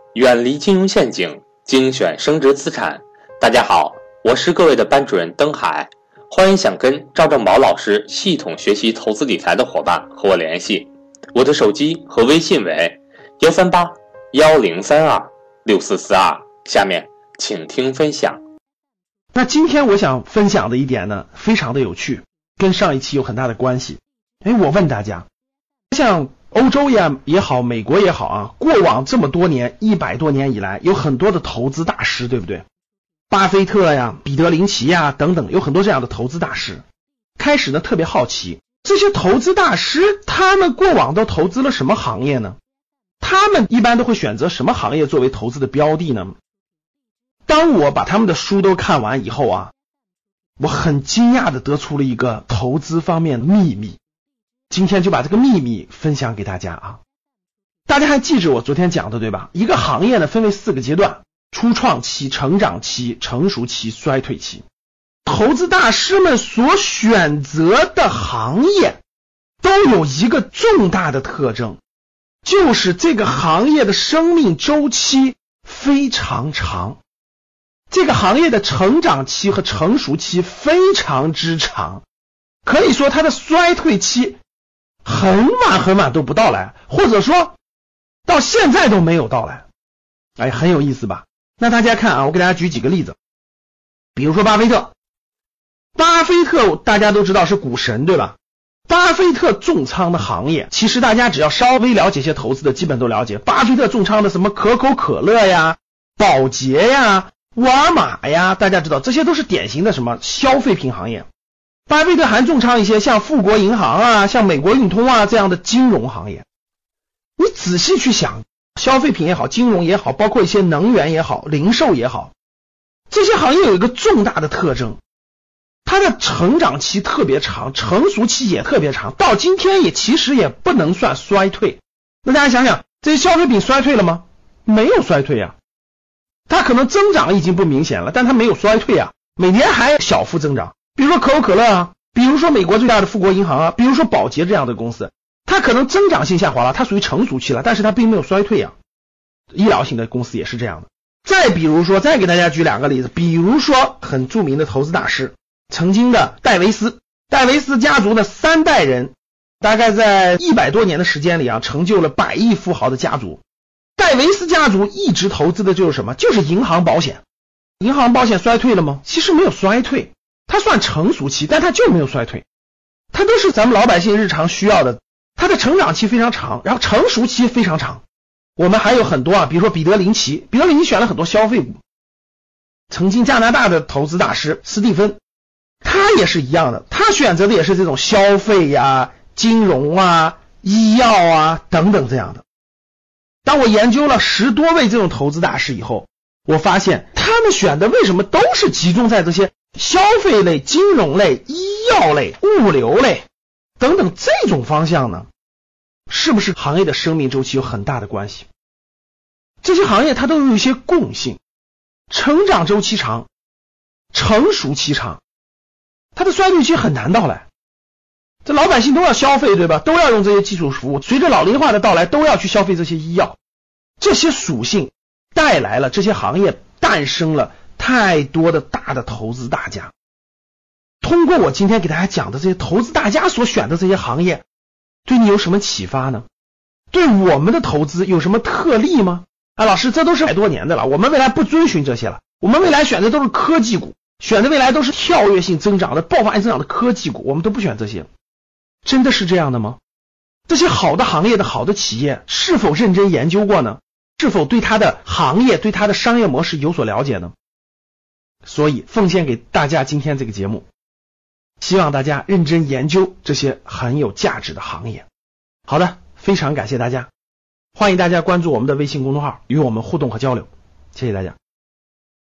远离金融陷阱，精选升值资产。大家好，我是各位的班主任登海，欢迎想跟赵正宝老师系统学习投资理财的伙伴和我联系，我的手机和微信为13810326442。下面请听分享。 那今天我想分享的一点呢，非常的有趣，跟上一期有很大的关系。我问大家，像欧洲也好，美国也好啊，过往这么多年100多年以来，有很多的投资大师，对不对？巴菲特呀、彼得林奇呀等等，有很多这样的投资大师。开始呢特别好奇，这些投资大师他们过往都投资了什么行业呢？他们一般都会选择什么行业作为投资的标的呢？当我把他们的书都看完以后啊，我很惊讶的得出了一个投资方面的秘密。今天就把这个秘密分享给大家啊！大家还记着我昨天讲的对吧？一个行业呢分为4个阶段：初创期、成长期、成熟期、衰退期。投资大师们所选择的行业都有一个重大的特征，就是这个行业的生命周期非常长，这个行业的成长期和成熟期非常之长，可以说它的衰退期很晚都不到来，或者说到现在都没有到来。很有意思吧？那大家看啊，我给大家举几个例子。比如说巴菲特大家都知道是股神对吧？巴菲特重仓的行业，其实大家只要稍微了解一些投资的基本都了解。巴菲特重仓的什么可口可乐呀、宝洁呀、沃尔玛呀，大家知道这些都是典型的什么消费品行业。巴菲特还重仓一些像富国银行啊、像美国运通啊这样的金融行业。你仔细去想，消费品也好，金融也好，包括一些能源也好，零售也好，这些行业有一个重大的特征，它的成长期特别长，成熟期也特别长，到今天其实也不能算衰退。那大家想想，这些消费品衰退了吗？没有衰退啊，它可能增长已经不明显了，但它没有衰退啊，每年还小幅增长。比如说可口可乐啊，比如说美国最大的富国银行啊，比如说宝洁这样的公司，它可能增长性下滑了，它属于成熟期了，但是它并没有衰退啊。医疗型的公司也是这样的。再比如说，再给大家举2个例子，比如说很著名的投资大师，曾经的戴维斯家族的3代人，大概在100多年的时间里啊，成就了100亿富豪的家族。戴维斯家族一直投资的就是什么？就是银行保险。银行保险衰退了吗？其实没有衰退，它算成熟期，但它就没有衰退，它都是咱们老百姓日常需要的。它的成长期非常长，然后成熟期非常长。我们还有很多比如说彼得林奇选了很多消费股。曾经加拿大的投资大师斯蒂芬，他也是一样的，他选择的也是这种消费呀、金融啊、医药啊等等这样的。当我研究了10多位这种投资大师以后，我发现他们选的为什么都是集中在这些消费类、金融类、医药类、物流类等等这种方向呢？是不是行业的生命周期有很大的关系？这些行业它都有一些共性，成长周期长，成熟期长，它的衰退期很难到来。这老百姓都要消费对吧？都要用这些基础服务，随着老龄化的到来，都要去消费这些医药。这些属性带来了这些行业诞生了太多的大的投资大家。通过我今天给大家讲的这些投资大家所选的这些行业，对你有什么启发呢？对我们的投资有什么特例吗？老师，这都是100多年的了，我们未来不遵循这些了，我们未来选的都是科技股，选的未来都是跳跃性增长的、爆发性增长的科技股，我们都不选这些。真的是这样的吗？这些好的行业的好的企业是否认真研究过呢？是否对它的行业、对它的商业模式有所了解呢？所以奉献给大家今天这个节目，希望大家认真研究这些很有价值的行业。好的，非常感谢大家，欢迎大家关注我们的微信公众号，与我们互动和交流，谢谢大家。